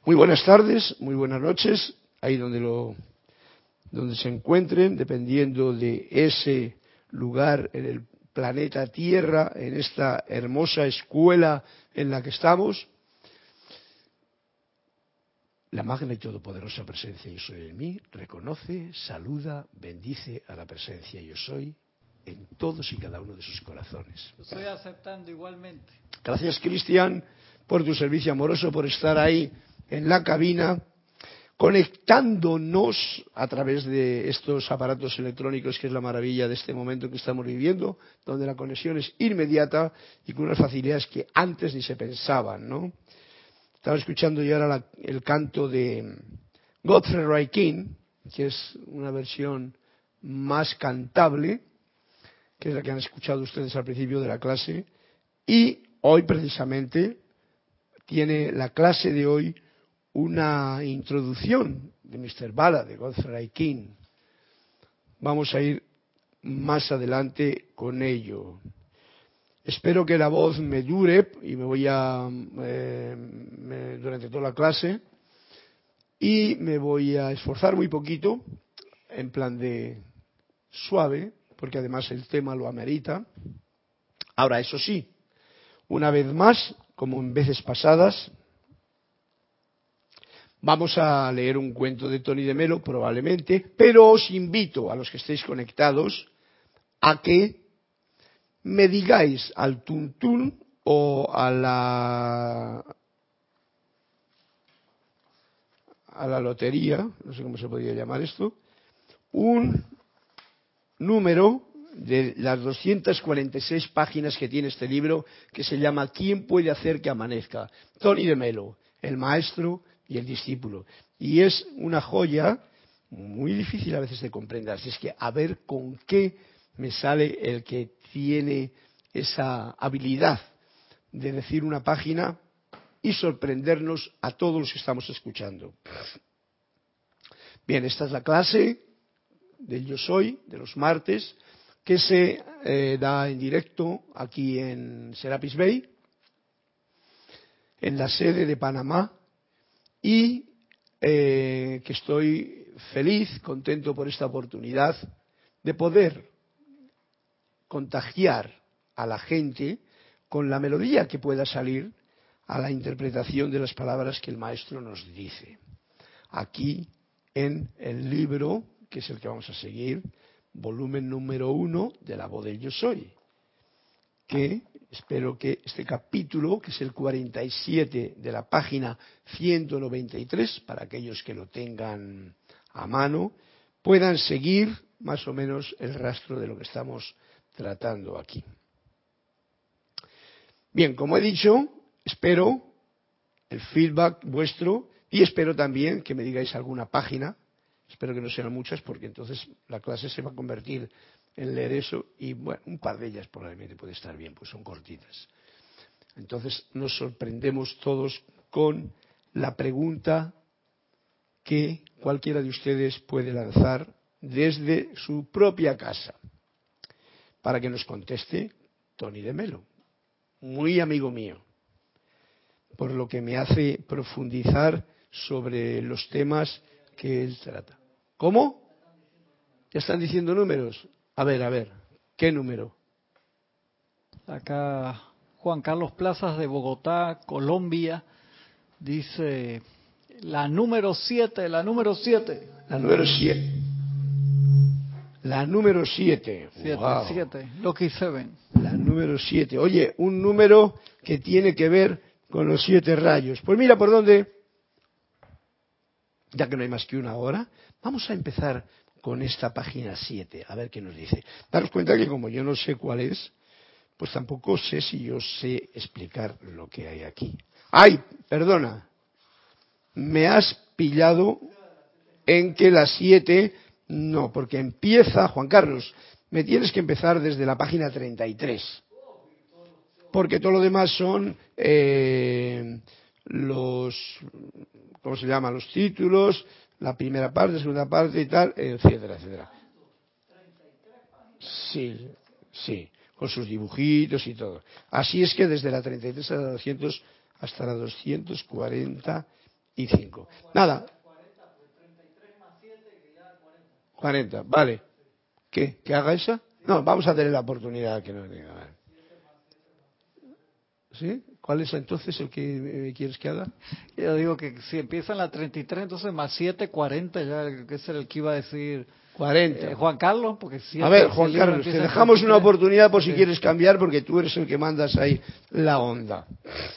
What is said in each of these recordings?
Muy buenas tardes, muy buenas noches, ahí donde se encuentren, dependiendo de ese lugar en el planeta Tierra, en esta hermosa escuela en la que estamos. La magna y todopoderosa presencia Yo Soy en mí reconoce, saluda, bendice a la presencia Yo Soy en todos y cada uno de sus corazones. Lo estoy aceptando igualmente. Gracias, Cristian, por tu servicio amoroso, por estar ahí en la cabina, conectándonos a través de estos aparatos electrónicos, que es la maravilla de este momento que estamos viviendo, donde la conexión es inmediata y con unas facilidades que antes ni se pensaban, ¿no? Estaba escuchando yo ahora el canto de Godfrey Ray King, que es una versión más cantable, que es la que han escuchado ustedes al principio de la clase, y hoy precisamente tiene la clase de hoy una introducción de Mr. Bala, de Godfrey Ray King. Vamos a ir más adelante con ello. Espero que la voz me dure y me voy a durante toda la clase, y me voy a esforzar muy poquito, en plan de suave, porque además el tema lo amerita. Ahora, eso sí, una vez más, como en veces pasadas, vamos a leer un cuento de Tony de Melo, probablemente, pero os invito a los que estéis conectados a que me digáis al tuntún o a la lotería, no sé cómo se podría llamar esto, un número de las 246 páginas que tiene este libro, que se llama ¿Quién puede hacer que amanezca? Tony de Melo, el maestro y el discípulo. Y es una joya muy difícil a veces de comprender. Así es que a ver con qué me sale el que tiene esa habilidad de decir una página y sorprendernos a todos los que estamos escuchando. Bien, esta es la clase del Yo Soy, de los martes, que se da en directo aquí en Serapis Bay, en la sede de Panamá, y que estoy feliz, contento por esta oportunidad de poder contagiar a la gente con la melodía que pueda salir a la interpretación de las palabras que el maestro nos dice. Aquí en el libro, que es el que vamos a seguir, volumen número 1 de La Voz del Yo Soy, que espero que este capítulo, que es el 47 de la página 193, para aquellos que lo tengan a mano, puedan seguir más o menos el rastro de lo que estamos tratando aquí. Bien, como he dicho, espero el feedback vuestro y espero también que me digáis alguna página. Espero que no sean muchas, porque entonces la clase se va a convertir en leer eso, y bueno, un par de ellas probablemente puede estar bien, pues son cortitas. Entonces nos sorprendemos todos con la pregunta que cualquiera de ustedes puede lanzar desde su propia casa, para que nos conteste Tony de Melo, muy amigo mío, por lo que me hace profundizar sobre los temas que él trata. ¿Cómo? ¿Ya están diciendo números? A ver, ¿qué número? Acá Juan Carlos Plazas de Bogotá, Colombia, dice la número 7, la número 7. La número 7. La número 7. 7, Wow. 7, Lucky 7. La número 7. Oye, un número que tiene que ver con los 7 rayos. Pues mira por dónde, ya que no hay más que una hora, vamos a empezar con esta página 7, a ver qué nos dice. Daros cuenta que como yo no sé cuál es, pues tampoco sé si yo sé explicar lo que hay aquí. ¡Ay! Perdona. Me has pillado en que la 7 no, porque empieza, Juan Carlos, me tienes que empezar desde la página 33. Porque todo lo demás son los, ¿cómo se llama? Los títulos, la primera parte, segunda parte y tal, etcétera, etcétera. Sí, sí, con sus dibujitos y todo. Así es que desde la 33 a la 200 hasta la 240 5. Nada. 40, vale. ¿Qué? ¿Que haga esa? No, vamos a tener la oportunidad que no diga. ¿Sí? ¿Cuál es entonces el que quieres que haga? Yo digo que si empieza en la 33, entonces más 7, 40, ya que ese era el que iba a decir 40. Juan Carlos, porque si a ver, Juan Carlos, te dejamos una oportunidad por si quieres cambiar, porque tú eres el que mandas ahí la onda.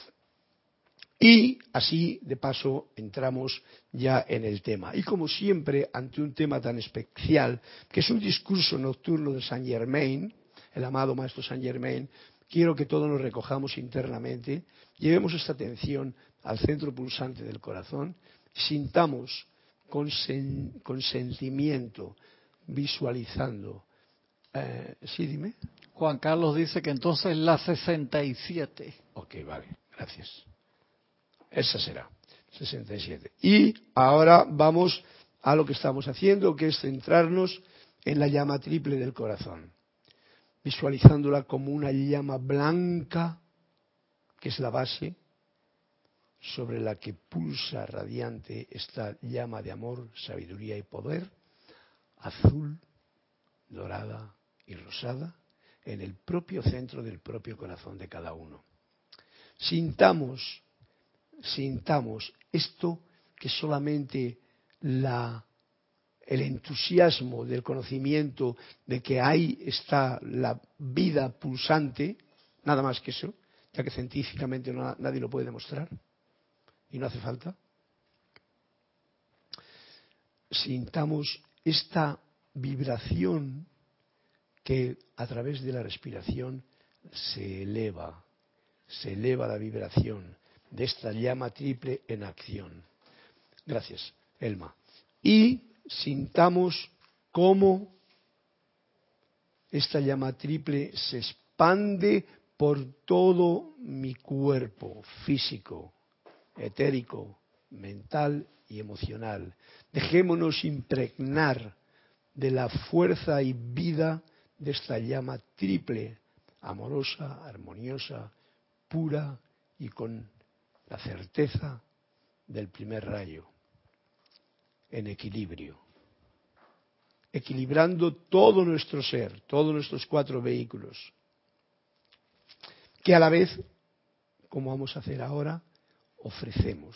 Y así, de paso, entramos ya en el tema. Y como siempre, ante un tema tan especial, que es un discurso nocturno de Saint Germain, el amado Maestro Saint Germain, quiero que todos nos recojamos internamente, llevemos esta atención al centro pulsante del corazón, sintamos con sentimiento, visualizando. Sí, dime. Juan Carlos dice que entonces la 67. Ok, vale, gracias. Esa será, 67. Y ahora vamos a lo que estamos haciendo, que es centrarnos en la llama triple del corazón, visualizándola como una llama blanca, que es la base, sobre la que pulsa radiante esta llama de amor, sabiduría y poder, azul, dorada y rosada, en el propio centro del propio corazón de cada uno. Sintamos esto que solamente el entusiasmo del conocimiento de que ahí está la vida pulsante, nada más que eso, ya que científicamente nadie lo puede demostrar y no hace falta. Sintamos esta vibración que a través de la respiración se eleva la vibración de esta llama triple en acción. Gracias, Elma. Y sintamos cómo esta llama triple se expande por todo mi cuerpo físico, etérico, mental y emocional. Dejémonos impregnar de la fuerza y vida de esta llama triple, amorosa, armoniosa, pura y con la certeza del primer rayo, en equilibrio, equilibrando todo nuestro ser, todos nuestros 4 vehículos, que a la vez, como vamos a hacer ahora, ofrecemos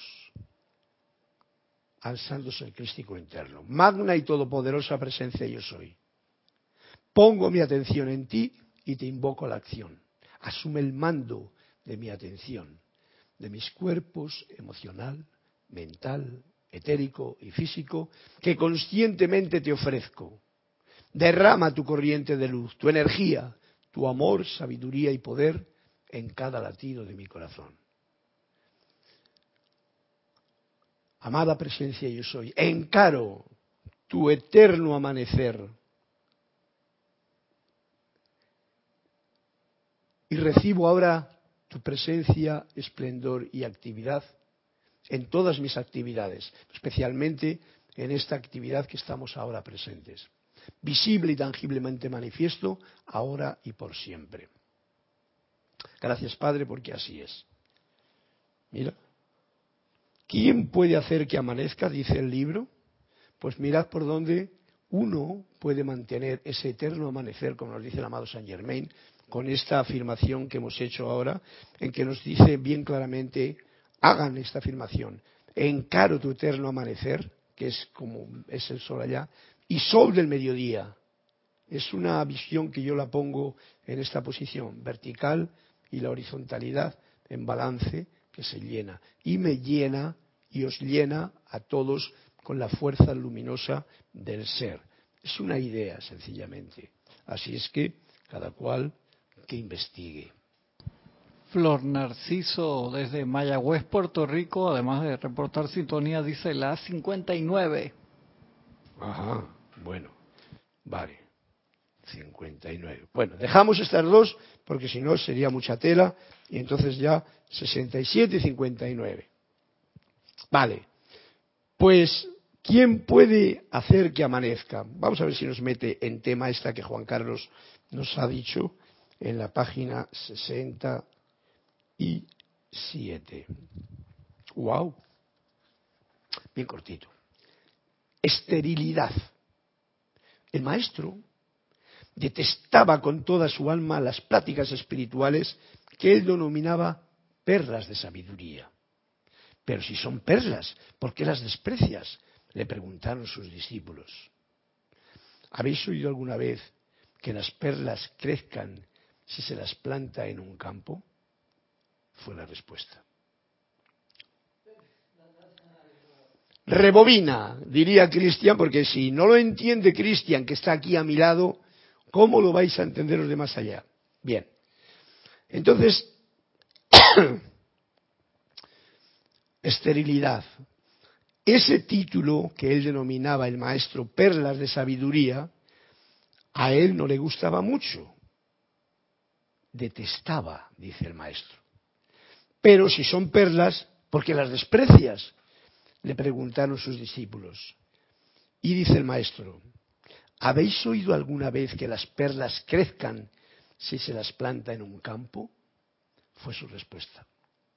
al Santo Ser Crístico interno. Magna y todopoderosa presencia yo soy. Pongo mi atención en ti y te invoco a la acción. Asume el mando de mi atención, de mis cuerpos emocional, mental, etérico y físico, que conscientemente te ofrezco. Derrama tu corriente de luz, tu energía, tu amor, sabiduría y poder en cada latido de mi corazón. Amada presencia yo soy, encaro tu eterno amanecer y recibo ahora tu presencia, esplendor y actividad en todas mis actividades, especialmente en esta actividad que estamos ahora presentes. Visible y tangiblemente manifiesto, ahora y por siempre. Gracias, Padre, porque así es. Mira. ¿Quién puede hacer que amanezca? Dice el libro. Pues mirad por dónde uno puede mantener ese eterno amanecer, como nos dice el amado Saint Germain, con esta afirmación que hemos hecho ahora, en que nos dice bien claramente, hagan esta afirmación, encaro tu eterno amanecer, que es como es el sol allá, y sol del mediodía. Es una visión que yo la pongo en esta posición, vertical y la horizontalidad en balance, que se llena. Y me llena y os llena a todos con la fuerza luminosa del ser. Es una idea, sencillamente. Así es que cada cual que investigue. Flor Narciso desde Mayagüez, Puerto Rico, además de reportar sintonía, dice la 59. Ajá, bueno, vale, 59. Bueno, dejamos estas dos porque si no sería mucha tela y entonces ya 67 y 59. Vale, pues ¿quién puede hacer que amanezca? Vamos a ver si nos mete en tema esta que Juan Carlos nos ha dicho en la página 67. ¡Wow! bien cortito. Esterilidad. El maestro detestaba con toda su alma las pláticas espirituales que él denominaba perlas de sabiduría. Pero si son perlas, ¿por qué las desprecias?, le preguntaron sus discípulos. ¿Habéis oído alguna vez que las perlas crezcan si se las planta en un campo? Fue la respuesta. Rebobina, diría Cristian, porque si no lo entiende Cristian, que está aquí a mi lado, ¿cómo lo vais a entender los de más allá? Bien, entonces, esterilidad. Ese título que él denominaba el maestro perlas de sabiduría, a él no le gustaba mucho. Detestaba, dice el maestro. Pero si son perlas, ¿por qué las desprecias?, le preguntaron sus discípulos. Y dice el maestro, ¿habéis oído alguna vez que las perlas crezcan si se las planta en un campo? Fue su respuesta.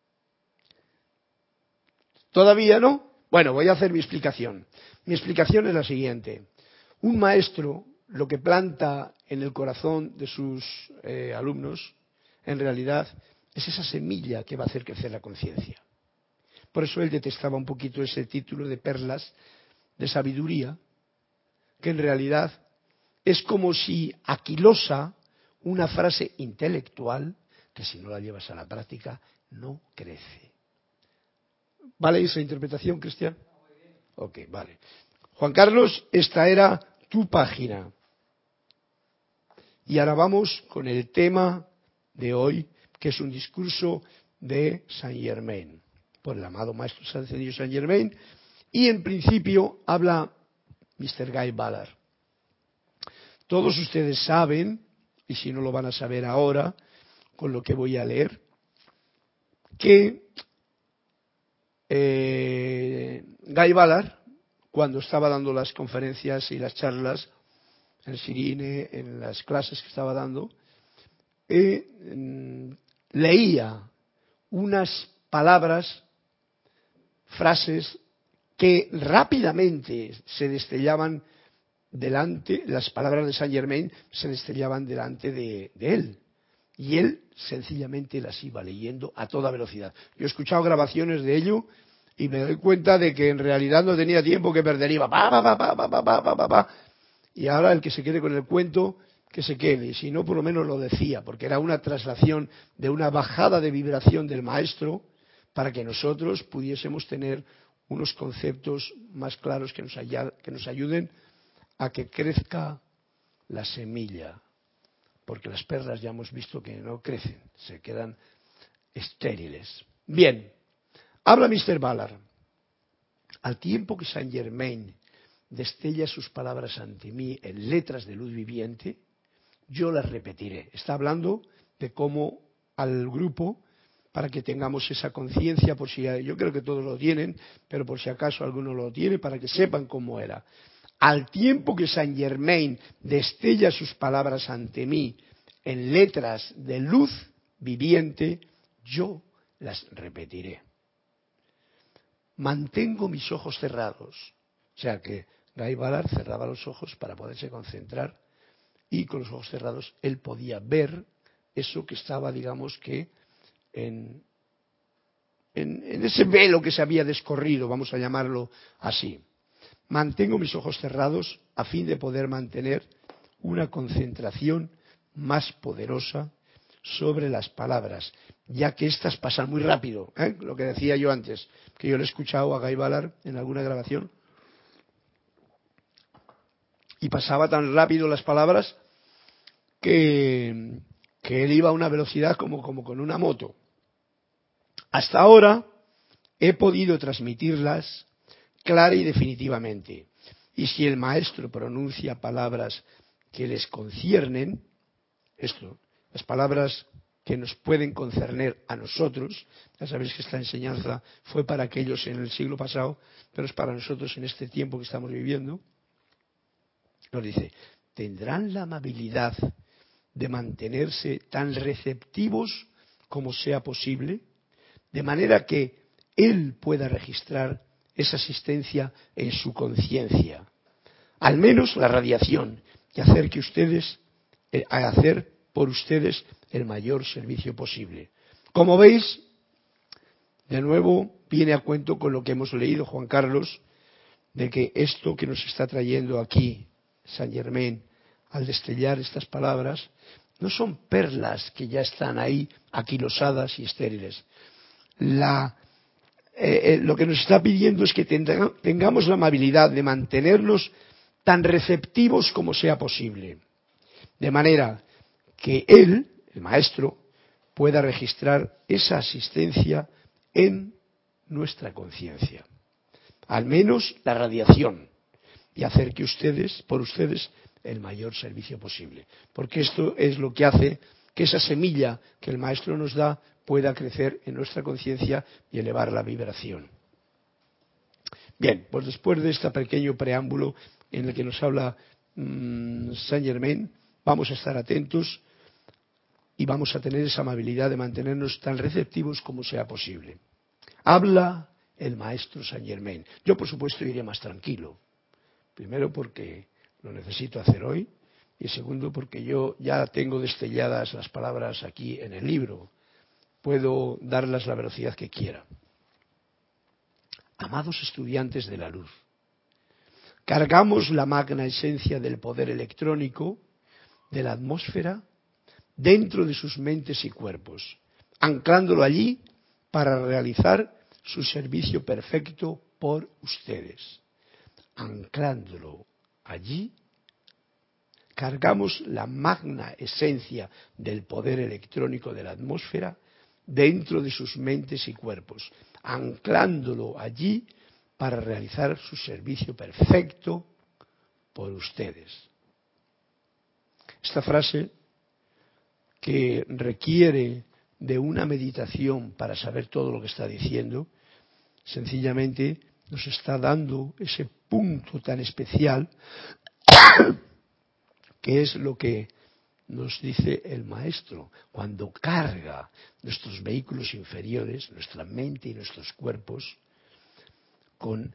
¿Todavía no? Bueno, voy a hacer mi explicación. Mi explicación es la siguiente. Un maestro lo que planta en el corazón de sus alumnos, en realidad, es esa semilla que va a hacer crecer la conciencia. Por eso él detestaba un poquito ese título de perlas de sabiduría, que en realidad es como si aquilosa una frase intelectual que si no la llevas a la práctica no crece. ¿Vale esa interpretación, Cristian? Ok, vale. Juan Carlos, esta era tu página. Y ahora vamos con el tema de hoy, que es un discurso de Saint Germain, por el amado Maestro Ascendido Saint Germain, y en principio habla Mr. Guy Ballard. Todos ustedes saben, y si no lo van a saber ahora, con lo que voy a leer, que Guy Ballard, cuando estaba dando las conferencias y las charlas en Sirine, en las clases que estaba dando, leía unas palabras, frases que rápidamente se destellaban delante, las palabras de Saint Germain se destellaban delante de él. Y él sencillamente las iba leyendo a toda velocidad. Yo he escuchado grabaciones de ello y me doy cuenta de que en realidad no tenía tiempo que perder. Iba pa. Y ahora el que se quede con el cuento, que se quede. Y si no, por lo menos lo decía, porque era una traslación de una bajada de vibración del maestro para que nosotros pudiésemos tener unos conceptos más claros que nos ayuden a que crezca la semilla. Porque las perlas ya hemos visto que no crecen, se quedan estériles. Bien, habla Mr. Ballard. Al tiempo que Saint Germain destella sus palabras ante mí en letras de luz viviente, yo las repetiré. Está hablando de cómo al grupo, para que tengamos esa conciencia, por si yo creo que todos lo tienen, pero por si acaso alguno lo tiene, para que sepan cómo era. Al tiempo que Saint Germain destella sus palabras ante mí en letras de luz viviente, yo las repetiré. Mantengo mis ojos cerrados. O sea que Guy Ballard cerraba los ojos para poderse concentrar y con los ojos cerrados él podía ver eso que estaba, digamos que, en ese velo que se había descorrido, vamos a llamarlo así. Mantengo mis ojos cerrados a fin de poder mantener una concentración más poderosa sobre las palabras, ya que éstas pasan muy rápido, lo que decía yo antes, que yo le he escuchado a Guy Ballard en alguna grabación, y pasaba tan rápido las palabras que él iba a una velocidad como con una moto. Hasta ahora he podido transmitirlas clara y definitivamente. Y si el maestro pronuncia palabras que les conciernen, las palabras que nos pueden concerner a nosotros, ya sabéis que esta enseñanza fue para aquellos en el siglo pasado, pero es para nosotros en este tiempo que estamos viviendo, nos dice, tendrán la amabilidad de mantenerse tan receptivos como sea posible, de manera que él pueda registrar esa asistencia en su conciencia, al menos la radiación, y hacer por ustedes el mayor servicio posible. Como veis, de nuevo viene a cuento con lo que hemos leído, Juan Carlos, de que esto que nos está trayendo aquí Saint Germain al destellar estas palabras no son perlas que ya están ahí aquilosadas y estériles. Lo que nos está pidiendo es que tengamos la amabilidad de mantenernos tan receptivos como sea posible, de manera que él, el maestro, pueda registrar esa asistencia en nuestra conciencia, al menos la radiación, y hacer que por ustedes el mayor servicio posible, porque esto es lo que hace que esa semilla que el maestro nos da pueda crecer en nuestra conciencia y elevar la vibración. Bien, pues después de este pequeño preámbulo en el que nos habla Saint Germain, vamos a estar atentos y vamos a tener esa amabilidad de mantenernos tan receptivos como sea posible. Habla el maestro Saint Germain. Yo, por supuesto, iré más tranquilo. Primero porque lo necesito hacer hoy y segundo porque yo ya tengo destelladas las palabras aquí en el libro. Puedo darlas la velocidad que quiera. Amados estudiantes de la luz, cargamos la magna esencia del poder electrónico de la atmósfera dentro de sus mentes y cuerpos, anclándolo allí para realizar su servicio perfecto por ustedes. Anclándolo allí, cargamos la magna esencia del poder electrónico de la atmósfera dentro de sus mentes y cuerpos, anclándolo allí para realizar su servicio perfecto por ustedes. Esta frase, que requiere de una meditación para saber todo lo que está diciendo, sencillamente nos está dando ese punto tan especial que es lo que nos dice el maestro cuando carga nuestros vehículos inferiores, nuestra mente y nuestros cuerpos con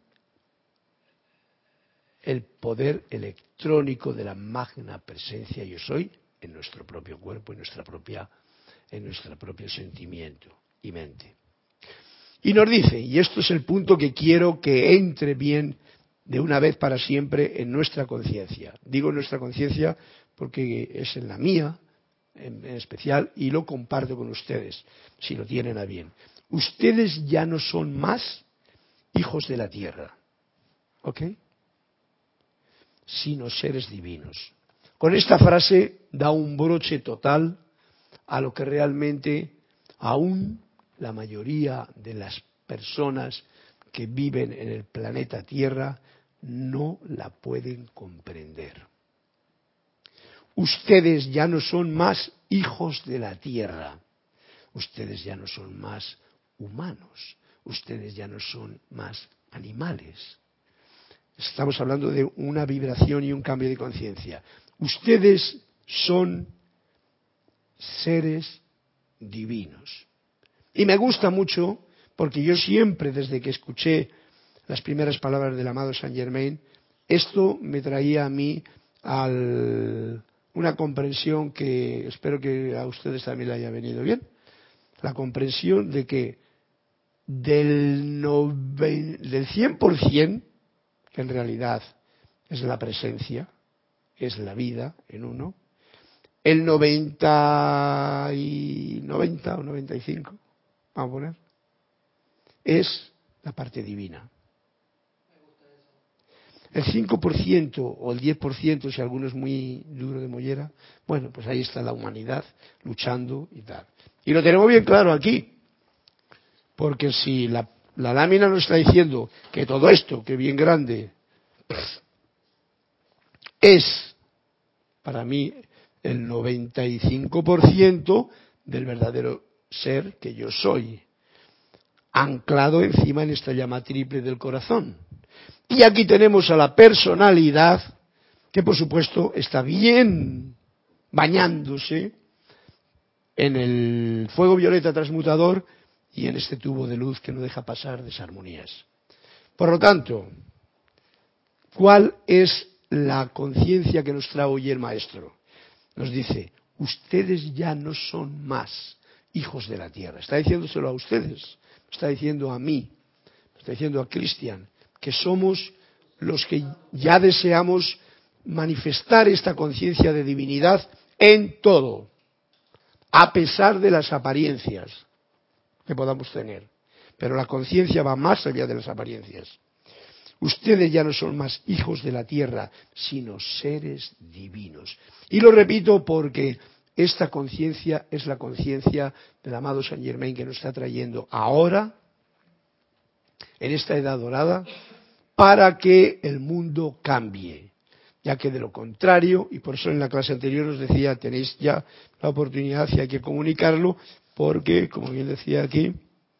el poder electrónico de la magna presencia yo soy en nuestro propio cuerpo, en nuestro propio sentimiento y mente. Y nos dice, y esto es el punto que quiero que entre bien de una vez para siempre en nuestra conciencia. Digo nuestra conciencia porque es en la mía, en especial, y lo comparto con ustedes, si lo tienen a bien. Ustedes ya no son más hijos de la tierra, ¿ok? Sino seres divinos. Con esta frase da un broche total a lo que realmente aún la mayoría de las personas que viven en el planeta Tierra no la pueden comprender. Ustedes ya no son más hijos de la Tierra, ustedes ya no son más humanos, ustedes ya no son más animales. Estamos hablando de una vibración y un cambio de conciencia. Ustedes son seres divinos. Y me gusta mucho porque yo siempre, desde que escuché las primeras palabras del amado Saint Germain, esto me traía a mí una comprensión que espero que a ustedes también le haya venido bien. La comprensión de que del 100%, que en realidad es la presencia, es la vida en uno, el 90 o 95, vamos a poner, es la parte divina. El 5% o el 10%, si alguno es muy duro de mollera, bueno, pues ahí está la humanidad luchando y tal. Y lo tenemos bien claro aquí, porque si la lámina nos está diciendo que todo esto, que bien grande, es para mí el 95% del verdadero ser que yo soy, anclado encima en esta llama triple del corazón. Y aquí tenemos a la personalidad, que por supuesto está bien bañándose en el fuego violeta transmutador y en este tubo de luz que no deja pasar desarmonías. Por lo tanto, ¿cuál es la conciencia que nos trae hoy el Maestro? Nos dice, ustedes ya no son más hijos de la tierra. Está diciéndoselo a ustedes, está diciendo a mí, está diciendo a Cristian, que somos los que ya deseamos manifestar esta conciencia de divinidad en todo, a pesar de las apariencias que podamos tener. Pero la conciencia va más allá de las apariencias. Ustedes ya no son más hijos de la tierra, sino seres divinos. Y lo repito porque esta conciencia es la conciencia del amado Saint Germain que nos está trayendo ahora, en esta edad dorada, para que el mundo cambie. Ya que de lo contrario, y por eso en la clase anterior os decía, tenéis ya la oportunidad y hay que comunicarlo, porque, como bien decía aquí,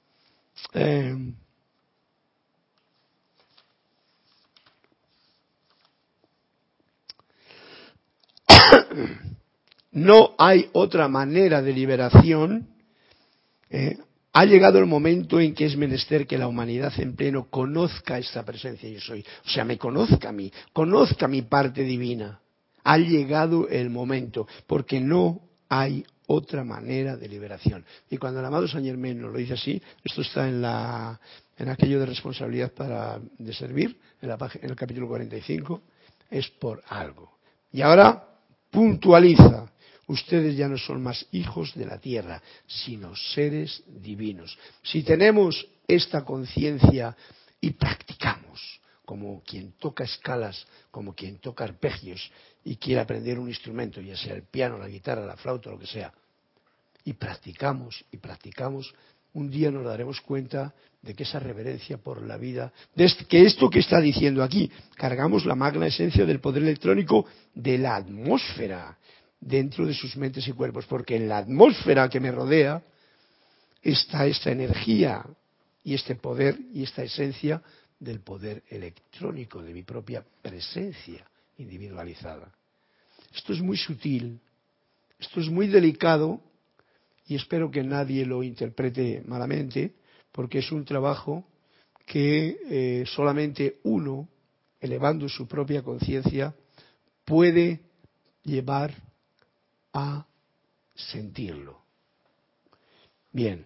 no hay otra manera de liberación. Ha llegado el momento en que es menester que la humanidad en pleno conozca esta presencia yo soy. O sea, me conozca a mí, conozca mi parte divina. Ha llegado el momento, porque no hay otra manera de liberación. Y cuando el amado Saint Germain nos lo dice así, esto está en aquello de responsabilidad de servir, en el capítulo 45, es por algo. Y ahora puntualiza. Ustedes ya no son más hijos de la tierra, sino seres divinos. Si tenemos esta conciencia y practicamos, como quien toca escalas, como quien toca arpegios y quiere aprender un instrumento, ya sea el piano, la guitarra, la flauta, lo que sea, y practicamos, un día nos daremos cuenta de que esa reverencia por la vida, que esto que está diciendo aquí, cargamos la magna esencia del poder electrónico de la atmósfera dentro de sus mentes y cuerpos, porque en la atmósfera que me rodea está esta energía y este poder y esta esencia del poder electrónico, de mi propia presencia individualizada. Esto es muy sutil, esto es muy delicado y espero que nadie lo interprete malamente, porque es un trabajo que solamente uno, elevando su propia conciencia, puede llevar a sentirlo. Bien.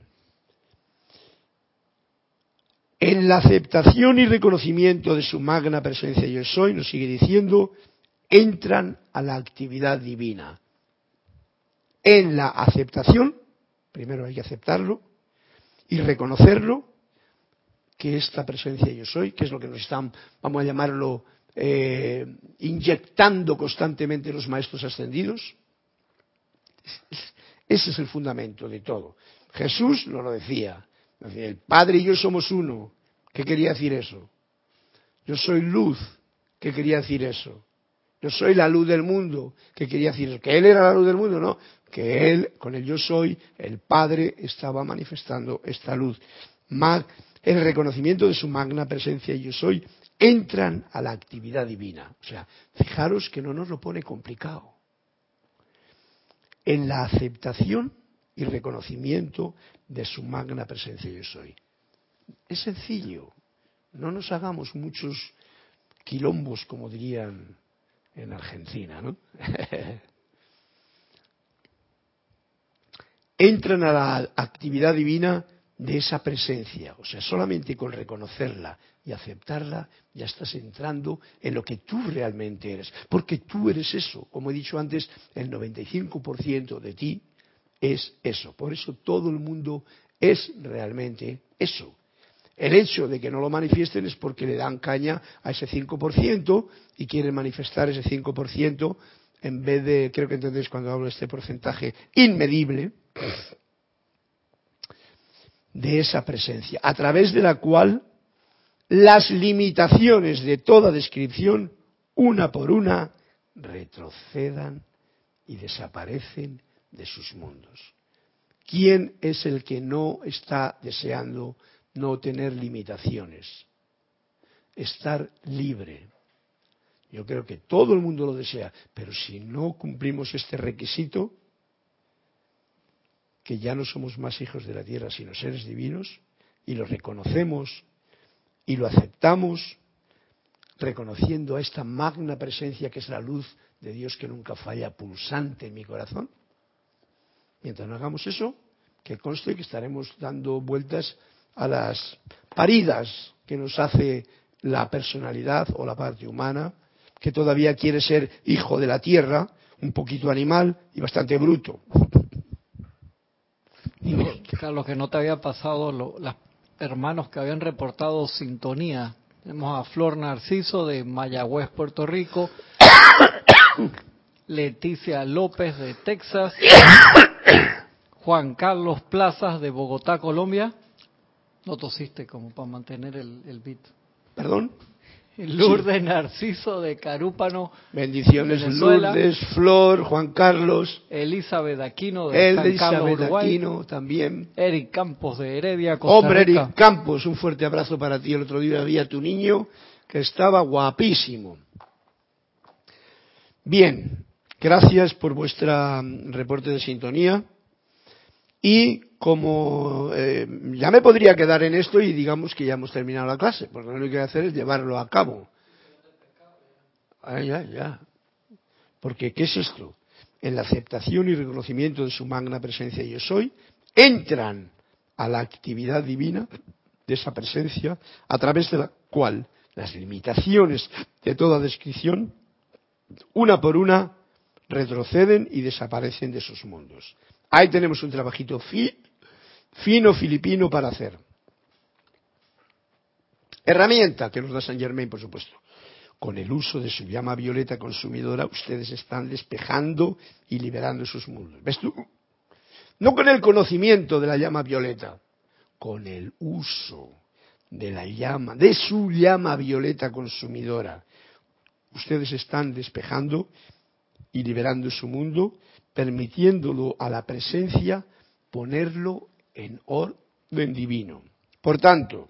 En la aceptación y reconocimiento de su magna presencia yo soy, nos sigue diciendo, entran a la actividad divina. En la aceptación, primero hay que aceptarlo y reconocerlo, que esta presencia yo soy, que es lo que nos están, vamos a llamarlo, inyectando constantemente los maestros ascendidos. Ese es el fundamento de todo. Jesús nos lo decía. El Padre y yo somos uno. ¿Qué quería decir eso? Yo soy luz. ¿Qué quería decir eso? Yo soy la luz del mundo. ¿Qué quería decir eso? ¿Que Él era la luz del mundo? No. Que Él, con el yo soy, el Padre estaba manifestando esta luz. El reconocimiento de su magna presencia y yo soy entran a la actividad divina. O sea, fijaros que no nos lo pone complicado. En la aceptación y reconocimiento de su magna presencia yo soy. Es sencillo, no nos hagamos muchos quilombos, como dirían en Argentina, ¿no? Entran a la actividad divina de esa presencia, o sea, solamente con reconocerla y aceptarla ya estás entrando en lo que tú realmente eres, porque tú eres eso, como he dicho antes, el 95% de ti es eso, por eso todo el mundo es realmente eso. El hecho de que no lo manifiesten es porque le dan caña a ese 5% y quieren manifestar ese 5% en vez de, creo que entendéis cuando hablo de este porcentaje inmedible, de esa presencia, a través de la cual las limitaciones de toda descripción, una por una, retrocedan y desaparecen de sus mundos. ¿Quién es el que no está deseando no tener limitaciones? Estar libre. Yo creo que todo el mundo lo desea, pero si no cumplimos este requisito, que ya no somos más hijos de la tierra, sino seres divinos, y lo reconocemos y lo aceptamos reconociendo a esta magna presencia que es la luz de Dios que nunca falla, pulsante en mi corazón. Mientras no hagamos eso, que conste que estaremos dando vueltas a las paridas que nos hace la personalidad o la parte humana, que todavía quiere ser hijo de la tierra, un poquito animal y bastante bruto. Carlos, que no te había pasado los hermanos que habían reportado sintonía. Tenemos a Flor Narciso de Mayagüez, Puerto Rico, Leticia López de Texas, Juan Carlos Plazas de Bogotá, Colombia. No tosiste como para mantener el beat. ¿Perdón? Lourdes Narciso de Carúpano, bendiciones, Venezuela. Lourdes, Flor, Juan Carlos, Elizabeth Aquino de San Carlos, Elizabeth Uruguay. Aquino también. Eric Campos de Heredia, Costa Hombre, Rica. Eric Campos, un fuerte abrazo para ti. El otro día vi a tu niño que estaba guapísimo. Bien, gracias por vuestra reporte de sintonía. Y como ya me podría quedar en esto y digamos que ya hemos terminado la clase, porque lo único que hay que hacer es llevarlo a cabo. Ya. Porque, ¿qué es esto? En la aceptación y reconocimiento de su magna presencia yo soy, entran a la actividad divina de esa presencia, a través de la cual las limitaciones de toda descripción, una por una, retroceden y desaparecen de sus mundos. Ahí tenemos un trabajito fino filipino para hacer. Herramienta que nos da Saint Germain, por supuesto. Con el uso de su llama violeta consumidora, ustedes están despejando y liberando sus mundos. ¿Ves tú? No con el conocimiento de la llama violeta, con el uso de la llama, de su llama violeta consumidora. Ustedes están despejando y liberando su mundo, permitiéndolo a la presencia ponerlo en orden divino. Por tanto,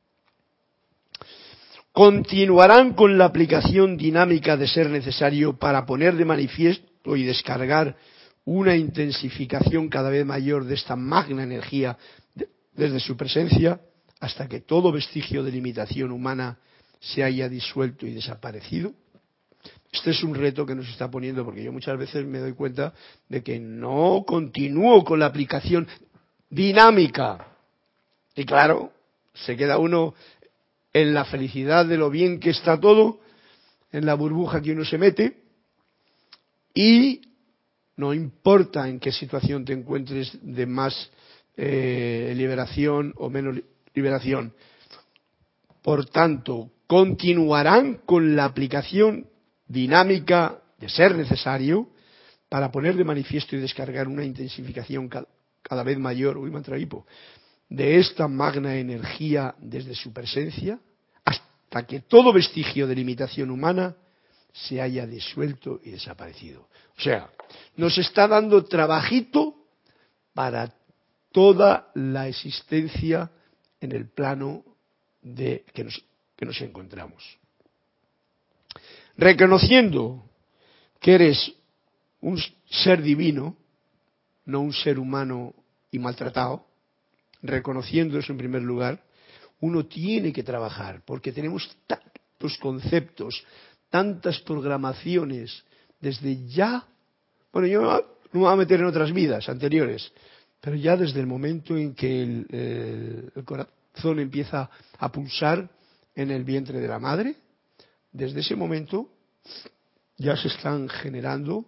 continuarán con la aplicación dinámica de ser necesario para poner de manifiesto y descargar una intensificación cada vez mayor de esta magna energía desde su presencia hasta que todo vestigio de limitación humana se haya disuelto y desaparecido. Este es un reto que nos está poniendo, porque yo muchas veces me doy cuenta de que no continúo con la aplicación dinámica. Y claro, se queda uno en la felicidad de lo bien que está todo, en la burbuja que uno se mete, y no importa en qué situación te encuentres de más liberación o menos liberación. Por tanto, continuarán con la aplicación dinámica de ser necesario para poner de manifiesto y descargar una intensificación cada vez mayor, de esta magna energía desde su presencia, hasta que todo vestigio de limitación humana se haya disuelto y desaparecido. O sea, nos está dando trabajito para toda la existencia en el plano de que nos encontramos. Reconociendo que eres un ser divino, no un ser humano y maltratado, reconociendo eso en primer lugar, uno tiene que trabajar, porque tenemos tantos conceptos, tantas programaciones, desde ya, bueno, yo no me voy a meter en otras vidas anteriores, pero ya desde el momento en que el corazón empieza a pulsar en el vientre de la madre, desde ese momento ya se están generando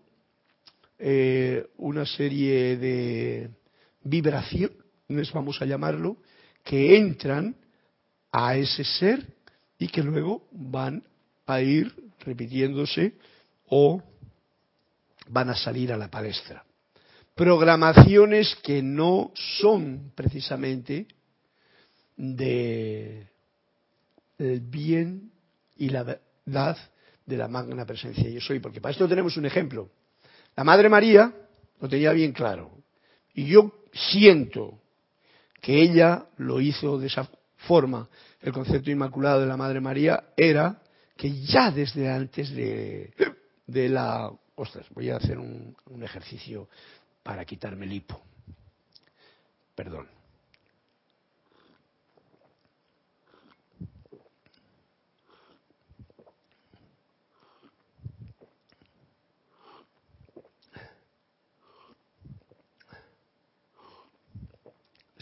una serie de vibraciones, vamos a llamarlo, que entran a ese ser y que luego van a ir repitiéndose o van a salir a la palestra. Programaciones que no son precisamente del bien y la verdad de la magna presencia yo soy, porque para esto tenemos un ejemplo. La Madre María lo tenía bien claro, y yo siento que ella lo hizo de esa forma. El concepto inmaculado de la Madre María era que ya desde antes de la... Ostras, voy a hacer un ejercicio para quitarme el hipo. Perdón.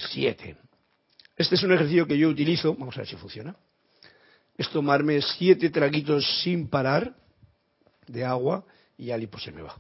7. Este es un ejercicio que yo utilizo, vamos a ver si funciona. Es tomarme 7 traguitos sin parar de agua y ya el hipo se me va.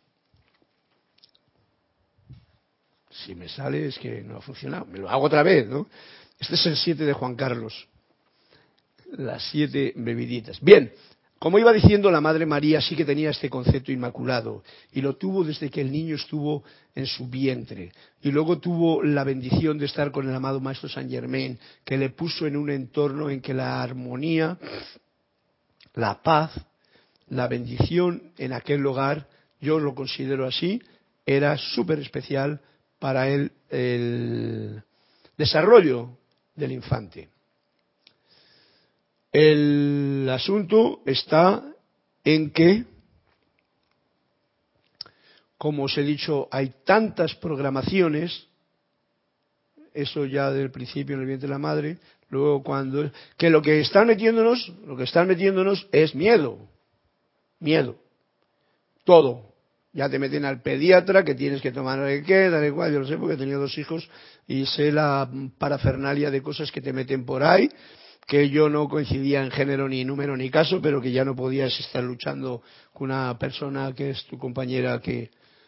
Si me sale es que no ha funcionado. Me lo hago otra vez, ¿no? Este es el 7 de Juan Carlos. Las 7 bebiditas. Bien, como iba diciendo, la Madre María sí que tenía este concepto inmaculado y lo tuvo desde que el niño estuvo en su vientre. Y luego tuvo la bendición de estar con el amado Maestro Saint Germain, que le puso en un entorno en que la armonía, la paz, la bendición en aquel hogar, yo lo considero así, era súper especial para el desarrollo del infante. El asunto está en que, como os he dicho, hay tantas programaciones, eso ya del principio en el vientre de la madre, luego cuando, que lo que están metiéndonos es miedo, todo. Ya te meten al pediatra, que tienes que tomar el qué, tal y cual. Yo lo sé porque he tenido 2 hijos y sé la parafernalia de cosas que te meten por ahí, que yo no coincidía en género, ni número, ni caso, pero que ya no podías estar luchando con una persona que es tu compañera que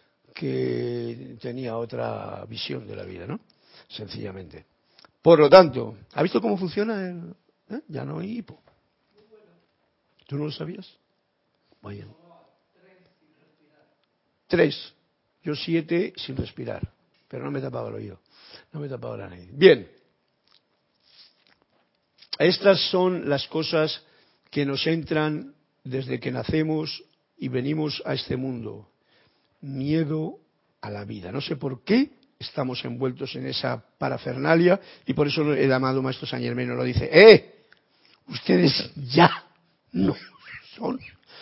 tenía otra visión de la vida, ¿no? Sencillamente. Por lo tanto, ¿ha visto cómo funciona el, ya no hay hipo? ¿Tú no lo sabías? Vaya. 3, yo 7 sin respirar, pero no me tapaba el oído, no me tapaba la nariz. Bien, estas son las cosas que nos entran desde que nacemos y venimos a este mundo. Miedo a la vida. No sé por qué estamos envueltos en esa parafernalia y por eso el amado Maestro Saint Germain nos lo dice. Ustedes ya no son...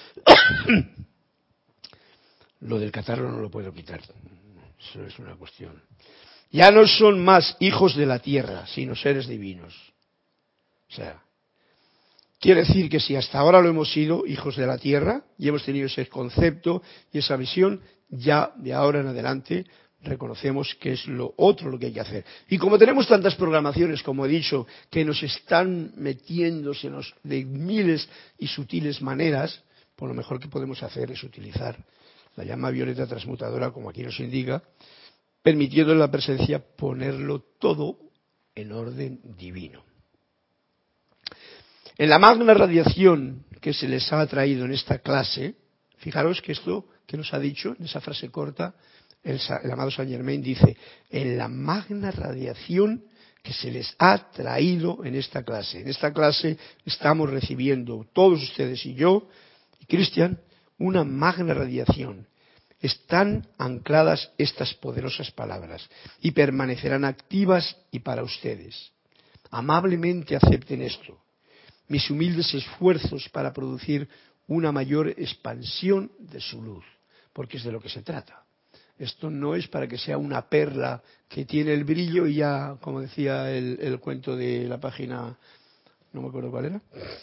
Lo del catarro no lo puedo quitar, eso es una cuestión. Ya no son más hijos de la tierra, sino seres divinos. O sea, quiere decir que si hasta ahora lo hemos sido, hijos de la tierra, y hemos tenido ese concepto y esa visión, ya de ahora en adelante reconocemos que es lo otro lo que hay que hacer. Y como tenemos tantas programaciones, como he dicho, que nos están metiéndosenos de miles y sutiles maneras, pues lo mejor que podemos hacer es utilizar la llama violeta transmutadora, como aquí nos indica, permitiendo en la presencia ponerlo todo en orden divino. En la magna radiación que se les ha traído en esta clase, fijaros que esto que nos ha dicho en esa frase corta, el amado Saint Germain dice, en la magna radiación que se les ha traído en esta clase. En esta clase estamos recibiendo, todos ustedes y yo, y Cristian, una magna radiación. Están ancladas estas poderosas palabras y permanecerán activas y para ustedes. Amablemente acepten esto. Mis humildes esfuerzos para producir una mayor expansión de su luz, porque es de lo que se trata. Esto no es para que sea una perla que tiene el brillo y ya, como decía el cuento de la página, no me acuerdo cuál era,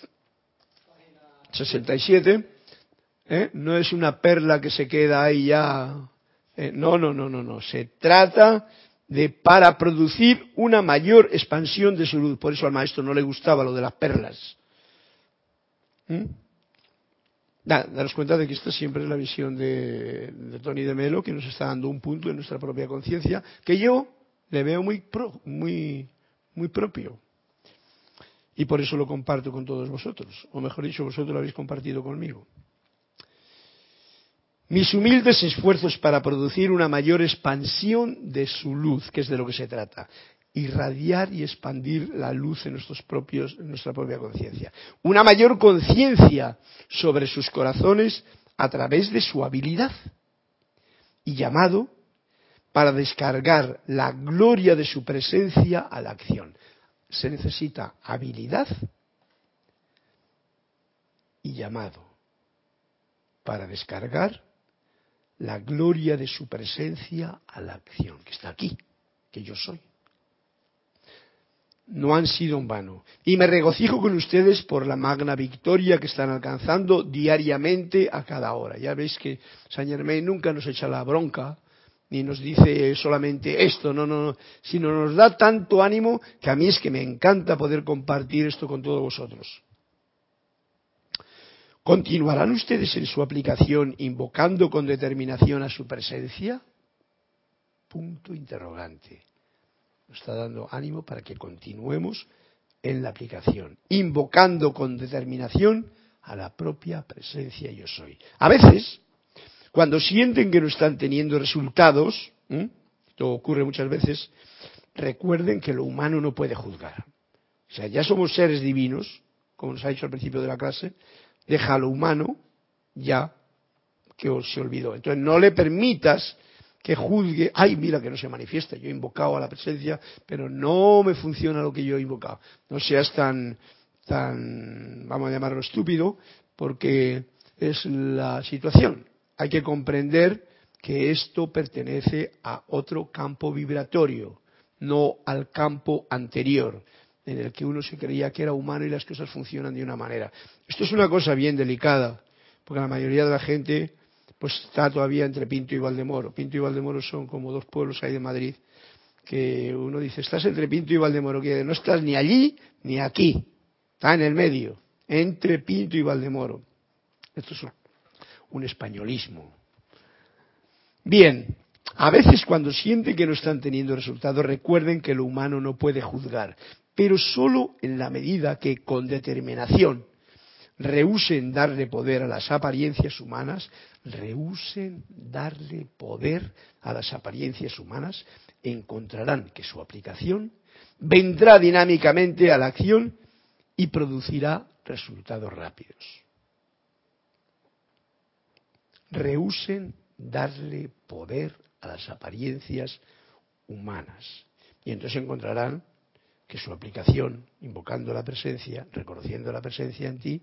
67, no es una perla que se queda ahí ya, no, se trata de para producir una mayor expansión de su luz. Por eso al maestro no le gustaba lo de las perlas. Daros cuenta de que esta siempre es la visión de Tony de Melo, que nos está dando un punto en nuestra propia conciencia, que yo le veo muy propio. Y por eso lo comparto con todos vosotros, o mejor dicho, vosotros lo habéis compartido conmigo. Mis humildes esfuerzos para producir una mayor expansión de su luz, que es de lo que se trata. Irradiar y expandir la luz en nuestra propia conciencia. Una mayor conciencia sobre sus corazones a través de su habilidad. Y llamado para descargar la gloria de su presencia a la acción. Se necesita habilidad y llamado para descargar la gloria de su presencia a la acción, que está aquí, que yo soy. No han sido en vano. Y me regocijo con ustedes por la magna victoria que están alcanzando diariamente a cada hora. Ya veis que Saint Germain nunca nos echa la bronca, ni nos dice solamente esto, no, sino nos da tanto ánimo que a mí es que me encanta poder compartir esto con todos vosotros. ¿Continuarán ustedes en su aplicación invocando con determinación a su presencia? Punto interrogante. Nos está dando ánimo para que continuemos en la aplicación, invocando con determinación a la propia presencia yo soy. A veces, cuando sienten que no están teniendo resultados, esto ocurre muchas veces, recuerden que lo humano no puede juzgar. O sea, ya somos seres divinos, como nos ha dicho al principio de la clase, deja lo humano ya que se olvidó. Entonces no le permitas que juzgue, ay, mira que no se manifiesta, yo he invocado a la presencia, pero no me funciona lo que yo he invocado. No seas tan, vamos a llamarlo estúpido, porque es la situación. Hay que comprender que esto pertenece a otro campo vibratorio, no al campo anterior, en el que uno se creía que era humano y las cosas funcionan de una manera. Esto es una cosa bien delicada, porque la mayoría de la gente pues está todavía entre Pinto y Valdemoro. Pinto y Valdemoro son como dos pueblos ahí de Madrid, que uno dice, estás entre Pinto y Valdemoro, que no estás ni allí ni aquí, está en el medio, entre Pinto y Valdemoro. Esto es un españolismo. Bien, a veces cuando sienten que no están teniendo resultados, recuerden que lo humano no puede juzgar, pero solo en la medida que con determinación rehúsen darle poder a las apariencias humanas, encontrarán que su aplicación vendrá dinámicamente a la acción y producirá resultados rápidos. Rehúsen darle poder a las apariencias humanas y entonces encontrarán que su aplicación, invocando la presencia, reconociendo la presencia en ti,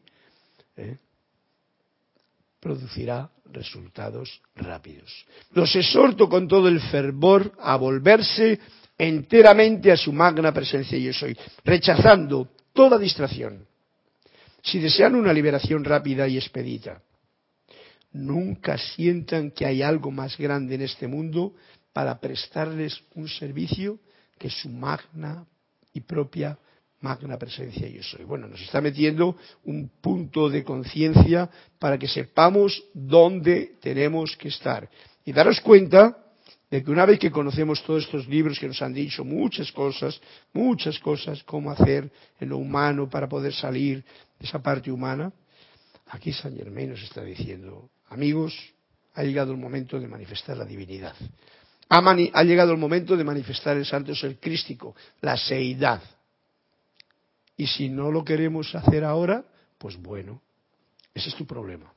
producirá resultados rápidos. Los exhorto con todo el fervor a volverse enteramente a su magna presencia yo soy, rechazando toda distracción. Si desean una liberación rápida y expedita, nunca sientan que hay algo más grande en este mundo para prestarles un servicio que su magna y propia magna presencia yo soy. Bueno, nos está metiendo un punto de conciencia para que sepamos dónde tenemos que estar. Y daros cuenta de que una vez que conocemos todos estos libros que nos han dicho muchas cosas, cómo hacer en lo humano para poder salir de esa parte humana, aquí Saint Germain nos está diciendo, amigos, ha llegado el momento de manifestar la divinidad. Ha llegado el momento de manifestar el santo ser crístico, la seidad. Y si no lo queremos hacer ahora, pues bueno, ese es tu problema.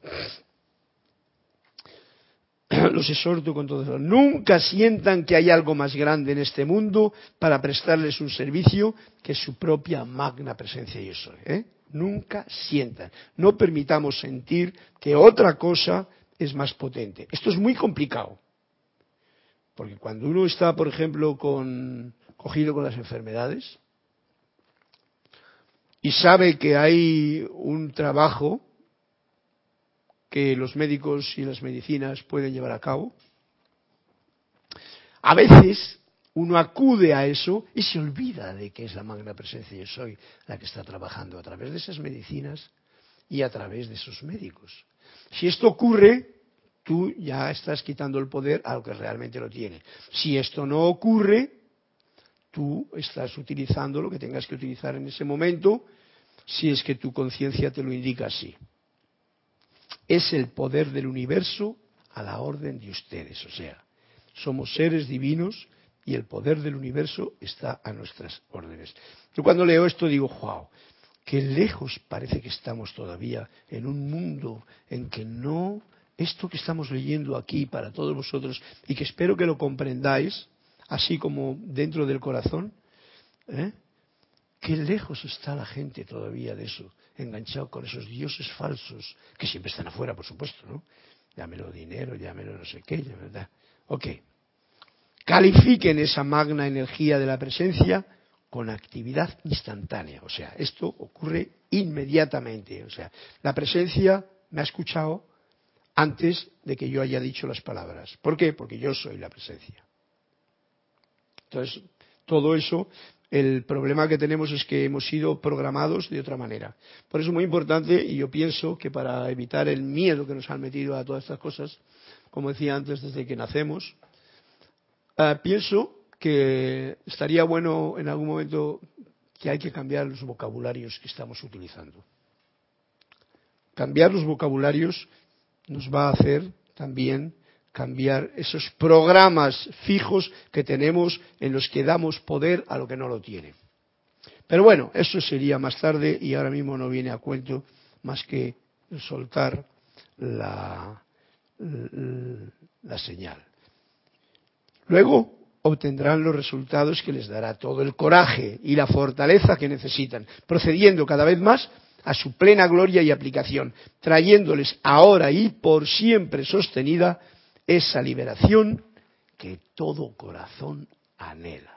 Los exhorto con todo eso. Nunca sientan que hay algo más grande en este mundo para prestarles un servicio que su propia magna presencia yo soy. Nunca sientan. No permitamos sentir que otra cosa es más potente. Esto es muy complicado. Porque cuando uno está, por ejemplo, cogido con las enfermedades, y sabe que hay un trabajo que los médicos y las medicinas pueden llevar a cabo, a veces uno acude a eso y se olvida de que es la magna presencia yo soy la que está trabajando a través de esas medicinas y a través de esos médicos. Si esto ocurre, tú ya estás quitando el poder a lo que realmente lo tiene. Si esto no ocurre, tú estás utilizando lo que tengas que utilizar en ese momento, si es que tu conciencia te lo indica así. Es el poder del universo a la orden de ustedes, o sea, somos seres divinos y el poder del universo está a nuestras órdenes. Yo cuando leo esto digo, wow, qué lejos parece que estamos todavía en un mundo en que no, esto que estamos leyendo aquí para todos vosotros y que espero que lo comprendáis, así como dentro del corazón, qué lejos está la gente todavía de eso, enganchado con esos dioses falsos, que siempre están afuera, por supuesto, ¿no? Llámelo dinero, llámelo no sé qué, ¿verdad? Ok. Califiquen esa magna energía de la presencia con actividad instantánea. O sea, esto ocurre inmediatamente. O sea, la presencia me ha escuchado, antes de que yo haya dicho las palabras. ¿Por qué? Porque yo soy la presencia. Entonces, todo eso, el problema que tenemos es que hemos sido programados de otra manera. Por eso es muy importante, y yo pienso que para evitar el miedo que nos han metido a todas estas cosas, como decía antes, desde que nacemos, pienso que estaría bueno en algún momento que hay que cambiar los vocabularios que estamos utilizando. Cambiar los vocabularios nos va a hacer también cambiar esos programas fijos que tenemos en los que damos poder a lo que no lo tiene. Pero bueno, eso sería más tarde y ahora mismo no viene a cuento más que soltar la señal. Luego obtendrán los resultados que les dará todo el coraje y la fortaleza que necesitan, procediendo cada vez más a su plena gloria y aplicación, trayéndoles ahora y por siempre sostenida esa liberación que todo corazón anhela.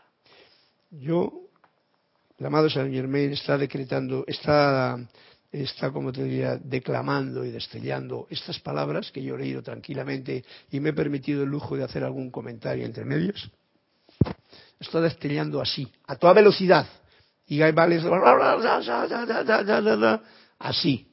El amado Saint Germain está decretando, está como te diría, declamando y destellando estas palabras que yo he leído tranquilamente y me he permitido el lujo de hacer algún comentario entre medios. Está destellando así, a toda velocidad. Y hay vales así.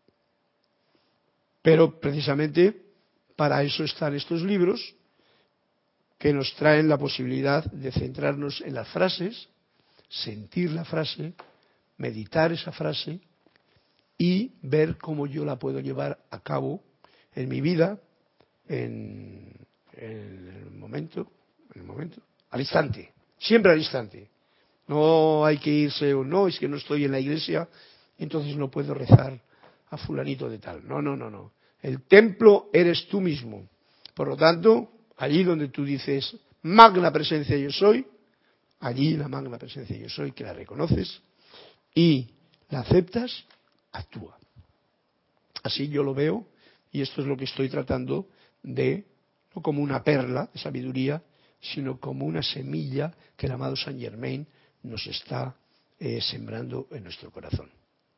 Pero precisamente para eso están estos libros que nos traen la posibilidad de centrarnos en las frases, sentir la frase, meditar esa frase y ver cómo yo la puedo llevar a cabo en mi vida, en el momento, al instante, siempre al instante. No hay que irse o no, es que no estoy en la iglesia, entonces no puedo rezar a fulanito de tal. No. El templo eres tú mismo. Por lo tanto, allí donde tú dices, magna presencia yo soy, allí la magna presencia yo soy, que la reconoces y la aceptas, actúa. Así yo lo veo y esto es lo que estoy tratando de, no como una perla de sabiduría, sino como una semilla que el amado Saint Germain nos está sembrando en nuestro corazón.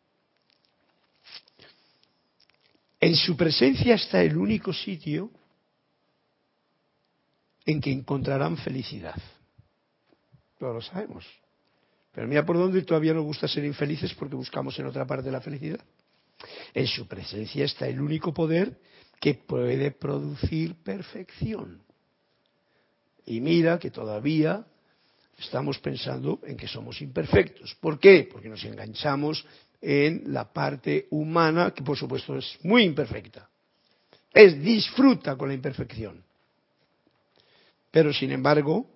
En su presencia está el único sitio en que encontrarán felicidad. Todos lo sabemos. Pero mira por dónde todavía nos gusta ser infelices porque buscamos en otra parte la felicidad. En su presencia está el único poder que puede producir perfección. Y mira que todavía estamos pensando en que somos imperfectos. ¿Por qué? Porque nos enganchamos en la parte humana, que por supuesto es muy imperfecta. Disfruta con la imperfección. Pero sin embargo,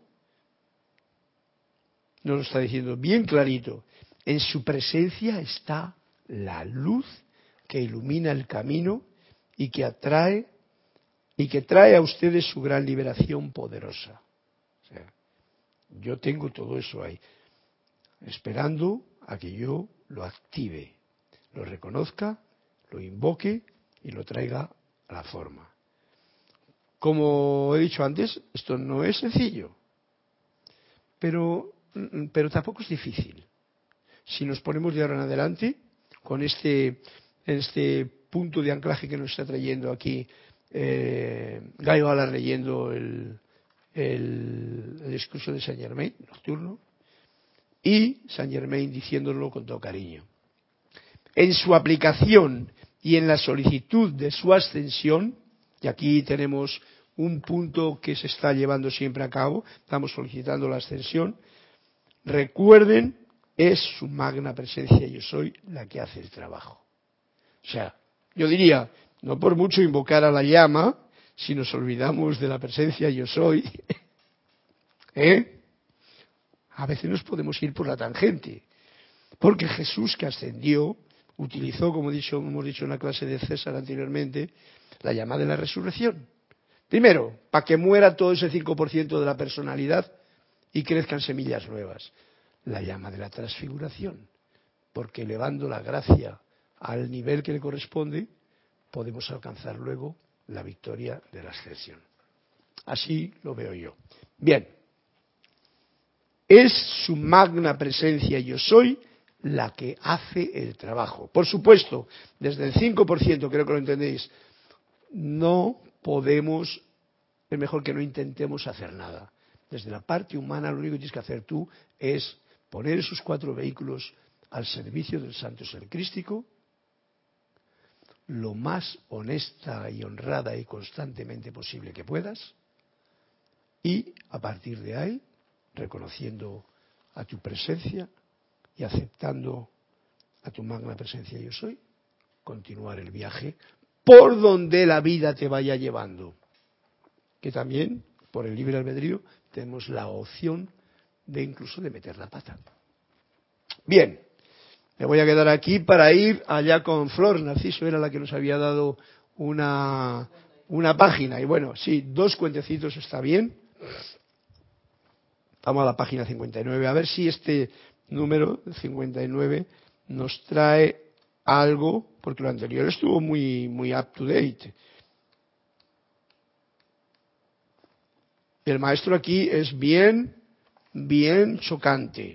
nos lo está diciendo bien clarito, en su presencia está la luz que ilumina el camino y que atrae y que trae a ustedes su gran liberación poderosa. O sea, yo tengo todo eso ahí, esperando a que yo lo active, lo reconozca, lo invoque y lo traiga a la forma. Como he dicho antes, esto no es sencillo, pero tampoco es difícil. Si nos ponemos de ahora en adelante con este punto de anclaje que nos está trayendo aquí Gaio Ala leyendo el discurso de Saint Germain nocturno y Saint Germain diciéndolo con todo cariño. En su aplicación y en la solicitud de su ascensión, y aquí tenemos un punto que se está llevando siempre a cabo, estamos solicitando la ascensión, recuerden, es su magna presencia yo soy la que hace el trabajo. O sea, yo diría, no por mucho invocar a la llama, si nos olvidamos de la presencia yo soy, a veces nos podemos ir por la tangente. Porque Jesús que ascendió, utilizó, como hemos dicho en la clase de César anteriormente, la llama de la resurrección. Primero, para que muera todo ese 5% de la personalidad y crezcan semillas nuevas. La llama de la transfiguración, porque elevando la gracia al nivel que le corresponde, podemos alcanzar luego la victoria de la ascensión. Así lo veo yo. Bien, es su magna presencia yo soy la que hace el trabajo. Por supuesto, desde el 5%, creo que lo entendéis, no podemos, es mejor que no intentemos hacer nada. Desde la parte humana, lo único que tienes que hacer tú es poner esos 4 vehículos al servicio del Santo Ser Crístico, lo más honesta y honrada y constantemente posible que puedas, y a partir de ahí, reconociendo a tu presencia y aceptando a tu magna presencia yo soy, continuar el viaje por donde la vida te vaya llevando. Que también, por el libre albedrío, tenemos la opción de incluso de meter la pata. Bien, me voy a quedar aquí para ir allá con Flor. Narciso era la que nos había dado una página. Y bueno, sí, 2 cuentecitos está bien. Vamos a la página 59. A ver si este número 59 nos trae algo, porque lo anterior estuvo muy up to date. El maestro aquí es bien chocante.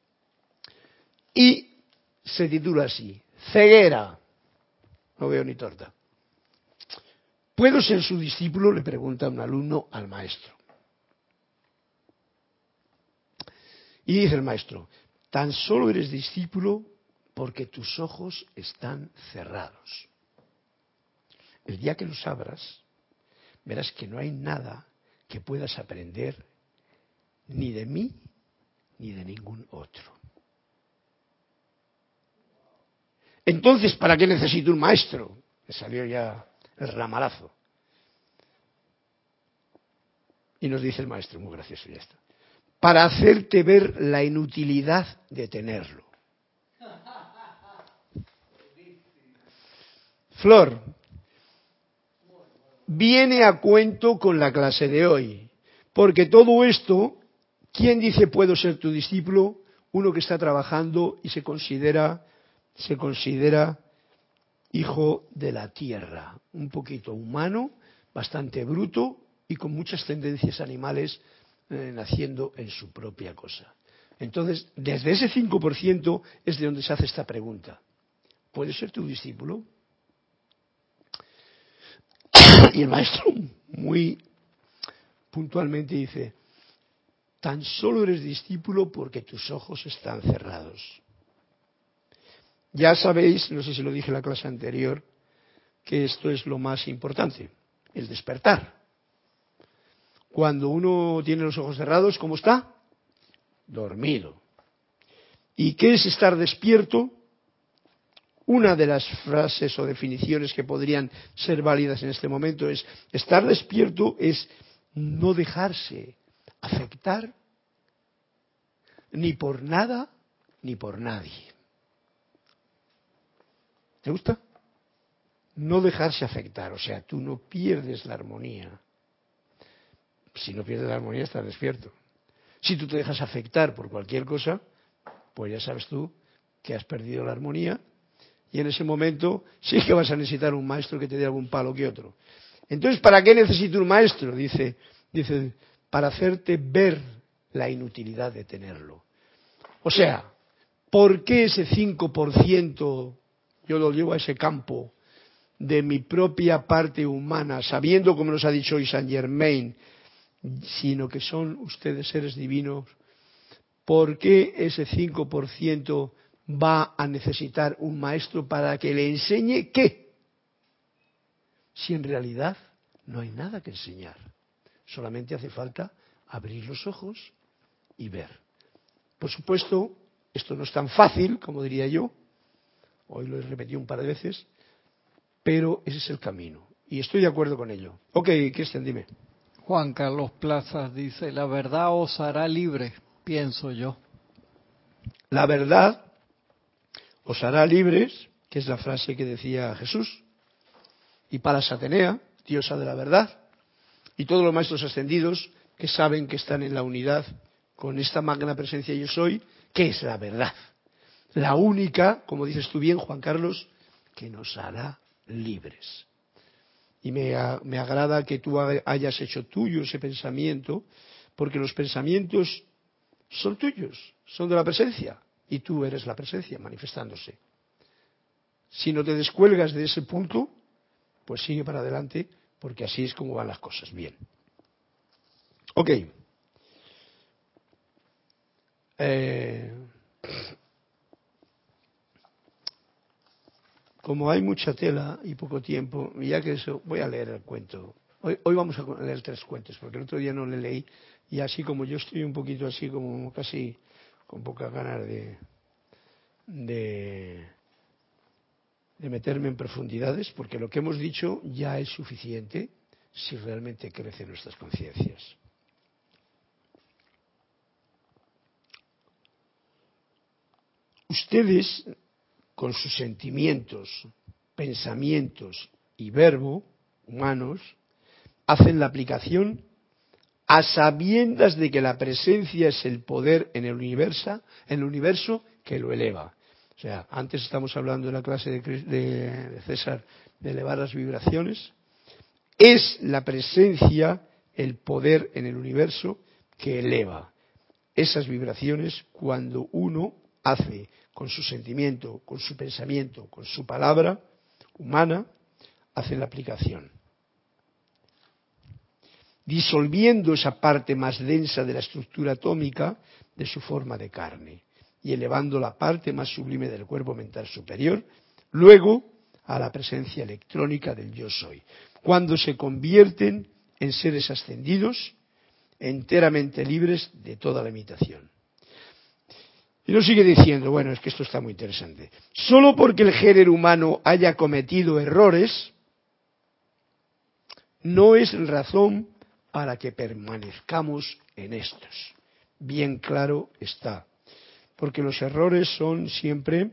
Y se titula así: ceguera. No veo ni torta. ¿Puedo ser su discípulo?, le pregunta un alumno al maestro. Y dice el maestro: tan solo eres discípulo porque tus ojos están cerrados. El día que los abras, verás que no hay nada que puedas aprender ni de mí ni de ningún otro. Entonces, ¿para qué necesito un maestro? Me salió ya el ramalazo. Y nos dice el maestro, muy gracioso ya está: para hacerte ver la inutilidad de tenerlo. Flor, viene a cuento con la clase de hoy, porque todo esto, ¿quién dice puedo ser tu discípulo? Uno que está trabajando y se considera hijo de la tierra, un poquito humano, bastante bruto y con muchas tendencias animales, naciendo en su propia cosa. Entonces, desde ese 5% es de donde se hace esta pregunta: ¿puedes ser tu discípulo? Y el maestro muy puntualmente dice: tan solo eres discípulo porque tus ojos están cerrados. Ya sabéis, no sé si lo dije en la clase anterior, que esto es lo más importante, el despertar. Cuando uno tiene los ojos cerrados, ¿cómo está? Dormido. ¿Y qué es estar despierto? Una de las frases o definiciones que podrían ser válidas en este momento es: estar despierto es no dejarse afectar ni por nada ni por nadie. ¿Te gusta? No dejarse afectar, o sea, tú no pierdes la armonía. Si no pierdes la armonía, estás despierto. Si tú te dejas afectar por cualquier cosa, pues ya sabes tú que has perdido la armonía, y en ese momento sí que vas a necesitar un maestro que te dé algún palo que otro. Entonces, ¿para qué necesito un maestro? Dice, para hacerte ver la inutilidad de tenerlo. O sea, ¿por qué ese 5% yo lo llevo a ese campo de mi propia parte humana, sabiendo, como nos ha dicho hoy Saint Germain, sino que son ustedes seres divinos? ¿Por qué ese 5% va a necesitar un maestro para que le enseñe qué? Si en realidad no hay nada que enseñar, solamente hace falta abrir los ojos y ver. Por supuesto, esto no es tan fácil, como diría yo, hoy lo he repetido un par de veces, pero ese es el camino, y estoy de acuerdo con ello. Ok, Cristian, dime. Juan Carlos Plazas dice: la verdad os hará libre, pienso yo. La verdad os hará libres, que es la frase que decía Jesús, y Palas Atenea, diosa de la verdad, y todos los maestros ascendidos que saben que están en la unidad con esta magna presencia yo soy, que es la verdad. La única, como dices tú bien, Juan Carlos, que nos hará libres. Y me agrada que tú hayas hecho tuyo ese pensamiento, porque los pensamientos son tuyos, son de la presencia, y tú eres la presencia manifestándose. Si no te descuelgas de ese punto, pues sigue para adelante, porque así es como van las cosas. Bien. Ok. Como hay mucha tela y poco tiempo, ya que eso, voy a leer el cuento. Hoy vamos a leer 3 cuentos, porque el otro día no le leí, y así como yo estoy un poquito así, como casi con pocas ganas de meterme en profundidades, porque lo que hemos dicho ya es suficiente si realmente crecen nuestras conciencias. Ustedes, con sus sentimientos, pensamientos y verbo humanos, hacen la aplicación a sabiendas de que la presencia es el poder en el universo que lo eleva. O sea, antes estamos hablando en la clase de César de elevar las vibraciones. Es la presencia el poder en el universo que eleva esas vibraciones cuando uno hace con su sentimiento, con su pensamiento, con su palabra humana, hace la aplicación, disolviendo esa parte más densa de la estructura atómica de su forma de carne y elevando la parte más sublime del cuerpo mental superior, luego a la presencia electrónica del yo soy, cuando se convierten en seres ascendidos, enteramente libres de toda limitación. Y nos sigue diciendo, bueno, es que esto está muy interesante. Solo porque el género humano haya cometido errores, no es razón para que permanezcamos en estos. Bien claro está. Porque los errores son siempre,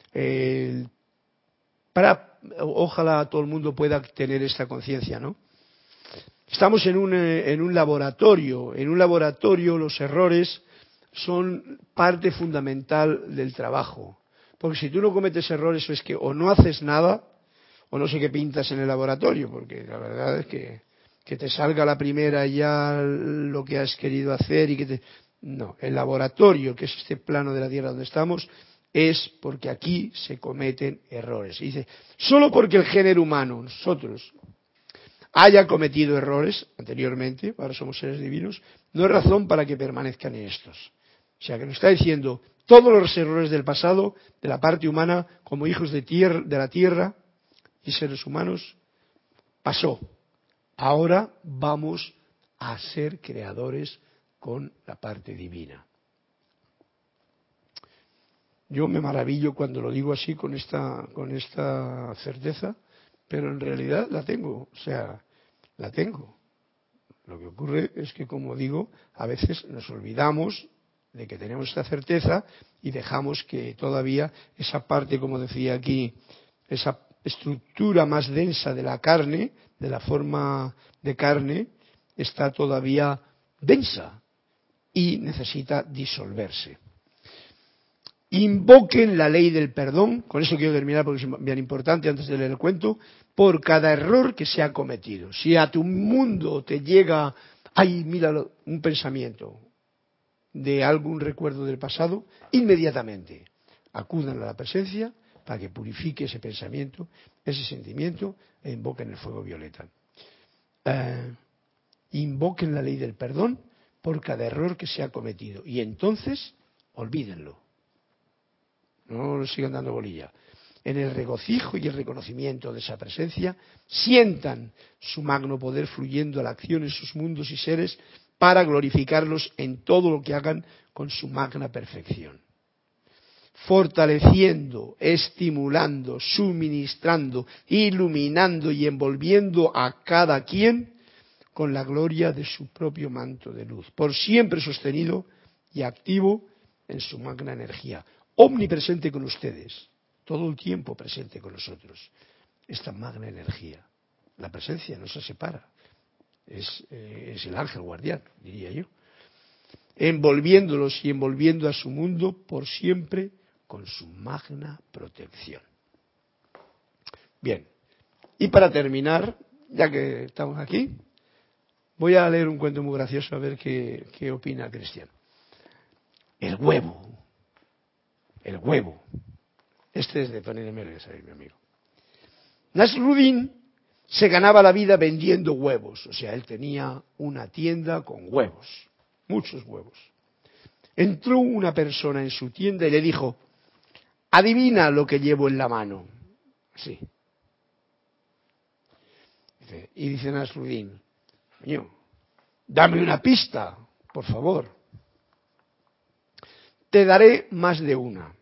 ojalá todo el mundo pueda tener esta conciencia, ¿no? Estamos en un laboratorio. En un laboratorio los errores son parte fundamental del trabajo. Porque si tú no cometes errores es que o no haces nada o no sé qué pintas en el laboratorio, porque la verdad es que te salga la primera ya lo que has querido hacer y que te... No, el laboratorio, que es este plano de la Tierra donde estamos, es porque aquí se cometen errores. Y dice, solo porque el género humano, nosotros, haya cometido errores anteriormente, ahora somos seres divinos, no es razón para que permanezcan en estos. O sea, que nos está diciendo, todos los errores del pasado, de la parte humana, como hijos de la Tierra y seres humanos, pasó. Ahora vamos a ser creadores con la parte divina. Yo me maravillo cuando lo digo así con esta certeza, pero en realidad la tengo, o sea, la tengo. Lo que ocurre es que, como digo, a veces nos olvidamos de que tenemos esta certeza y dejamos que todavía esa parte, como decía aquí, esa estructura más densa de la carne, de la forma de carne, está todavía densa y necesita disolverse. Invoquen la ley del perdón, con eso quiero terminar porque es bien importante antes de leer el cuento, por cada error que se ha cometido. Si a tu mundo te llega, ay, míralo, un pensamiento de algún recuerdo del pasado, inmediatamente acudan a la presencia para que purifique ese pensamiento, ese sentimiento e invoquen el fuego violeta. Invoquen la ley del perdón por cada error que se ha cometido y entonces olvídenlo. No lo sigan dando bolilla. En el regocijo y el reconocimiento de esa presencia, sientan su magno poder fluyendo a la acción en sus mundos y seres para glorificarlos en todo lo que hagan con su magna perfección. Fortaleciendo, estimulando, suministrando, iluminando y envolviendo a cada quien con la gloria de su propio manto de luz, por siempre sostenido y activo en su magna energía, omnipresente con ustedes, todo el tiempo presente con nosotros, esta magna energía. La presencia no se separa, es el ángel guardián, diría yo, envolviéndolos y envolviendo a su mundo por siempre con su magna protección. Bien, y para terminar, ya que estamos aquí, voy a leer un cuento muy gracioso a ver qué opina Cristian. El huevo. Este es de Tony de Melo, mi amigo. Nasruddin se ganaba la vida vendiendo huevos. O sea, él tenía una tienda con huevos, muchos huevos. Entró una persona en su tienda y le dijo, adivina lo que llevo en la mano. Sí. Y dice Nasruddin, coño, dame una pista, por favor. Te daré más de una.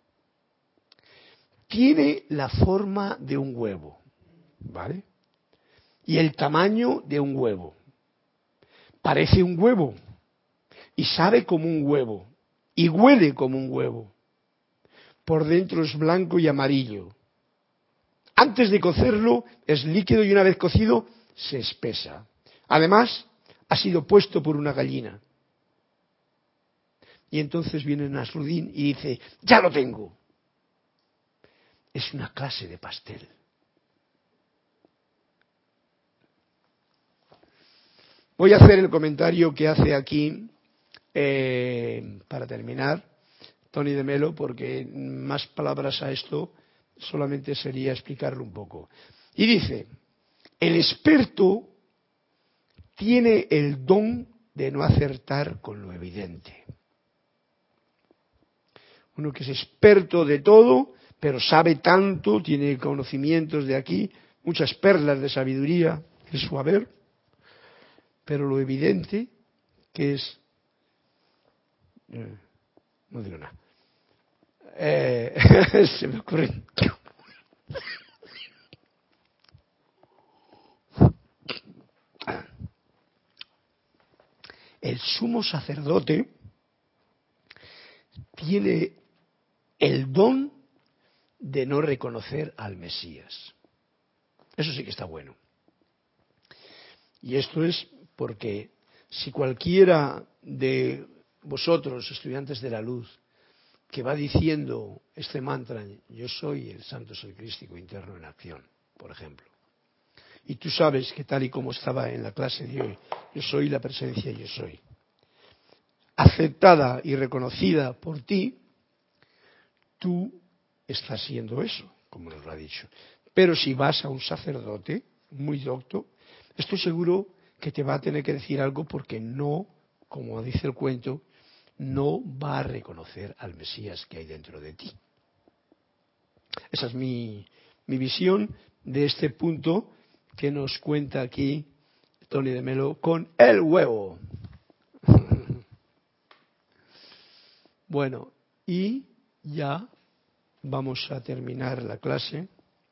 Tiene la forma de un huevo, ¿vale? Y el tamaño de un huevo. Parece un huevo y sabe como un huevo y huele como un huevo. Por dentro es blanco y amarillo. Antes de cocerlo es líquido y una vez cocido se espesa. Además, ha sido puesto por una gallina. Y entonces viene Nasruddin y dice, ya lo tengo. Es una clase de pastel. Voy a hacer el comentario que hace aquí, para terminar, Tony de Melo, porque más palabras a esto solamente sería explicarlo un poco. Y dice, el experto tiene el don de no acertar con lo evidente. Uno que es experto de todo, pero sabe tanto, tiene conocimientos de aquí, muchas perlas de sabiduría en su haber, pero lo evidente, que es... no digo nada. Se me ocurre... El sumo sacerdote tiene el don de no reconocer al Mesías. Eso sí que está bueno. Y esto es porque si cualquiera de vosotros, estudiantes de la luz, que va diciendo este mantra, yo soy el Santo Ser Crístico interno en acción, por ejemplo, y tú sabes que tal y como estaba en la clase de hoy, yo soy la presencia, yo soy, aceptada y reconocida por ti, tú estás siendo eso, como nos lo ha dicho. Pero si vas a un sacerdote muy docto, estoy seguro que te va a tener que decir algo porque no, como dice el cuento, no va a reconocer al Mesías que hay dentro de ti. Esa es mi visión de este punto que nos cuenta aquí Tony de Melo con el huevo. Bueno, y ya vamos a terminar la clase.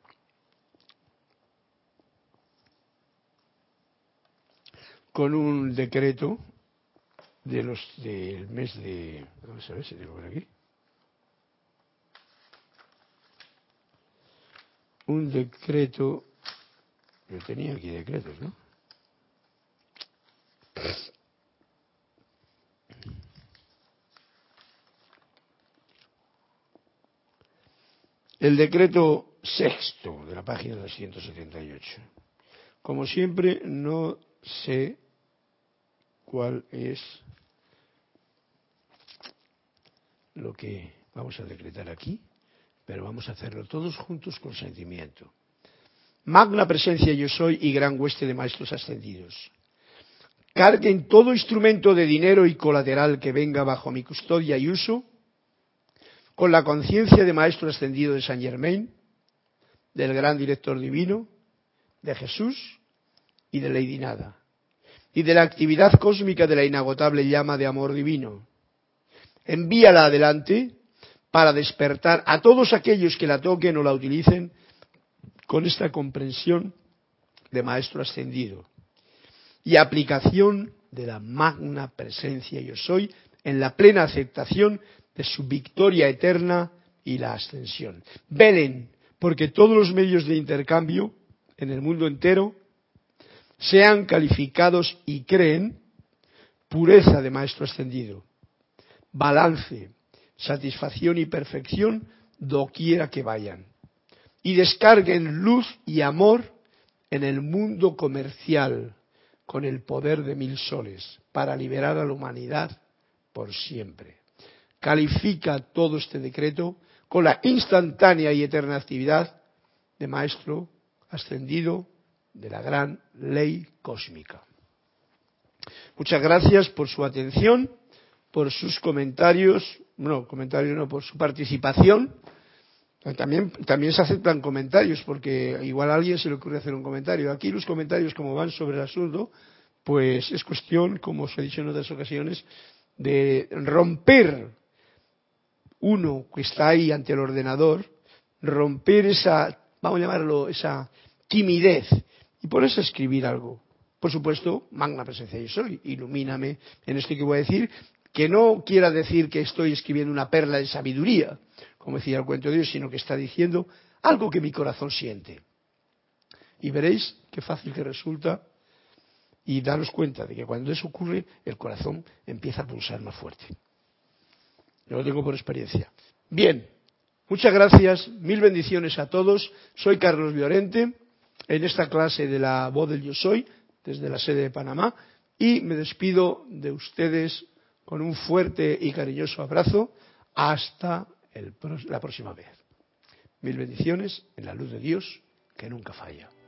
Con un decreto del mes de... Vamos a ver si tengo por aquí. Un decreto... Yo tenía aquí decretos, ¿no? El decreto sexto de la página 278. Como siempre, no sé cuál es lo que vamos a decretar aquí, pero vamos a hacerlo todos juntos con sentimiento. Magna presencia yo soy y gran hueste de maestros ascendidos. Carguen todo instrumento de dinero y colateral que venga bajo mi custodia y uso, con la conciencia de Maestro Ascendido de Saint Germain, del Gran Director Divino, de Jesús y de Lady Nada, y de la actividad cósmica de la inagotable llama de amor divino. Envíala adelante para despertar a todos aquellos que la toquen o la utilicen con esta comprensión de Maestro Ascendido y aplicación de la magna presencia yo soy en la plena aceptación de su victoria eterna y la ascensión. Velen porque todos los medios de intercambio en el mundo entero sean calificados y creen pureza de Maestro Ascendido, balance, satisfacción y perfección doquiera que vayan, y descarguen luz y amor en el mundo comercial con el poder de 1000 soles para liberar a la humanidad por siempre. Califica todo este decreto con la instantánea y eterna actividad de Maestro Ascendido de la gran ley cósmica. Muchas gracias por su atención, por sus comentarios, por su participación. También se aceptan comentarios, porque igual a alguien se le ocurre hacer un comentario. Aquí los comentarios, como van sobre el asunto, pues es cuestión, como os he dicho en otras ocasiones, de romper uno que está ahí ante el ordenador, romper esa, vamos a llamarlo, esa timidez, y ponerse a escribir algo. Por supuesto, magna presencia yo soy, ilumíname en esto que voy a decir, que no quiera decir que estoy escribiendo una perla de sabiduría, como decía el cuento de Dios, sino que está diciendo algo que mi corazón siente. Y veréis qué fácil que resulta, y daros cuenta de que cuando eso ocurre, el corazón empieza a pulsar más fuerte. Yo lo tengo por experiencia. Bien, muchas gracias, mil bendiciones a todos. Soy Carlos Llorente, en esta clase de la voz del Yo Soy, desde la sede de Panamá, y me despido de ustedes con un fuerte y cariñoso abrazo hasta la próxima vez. Mil bendiciones en la luz de Dios, que nunca falla.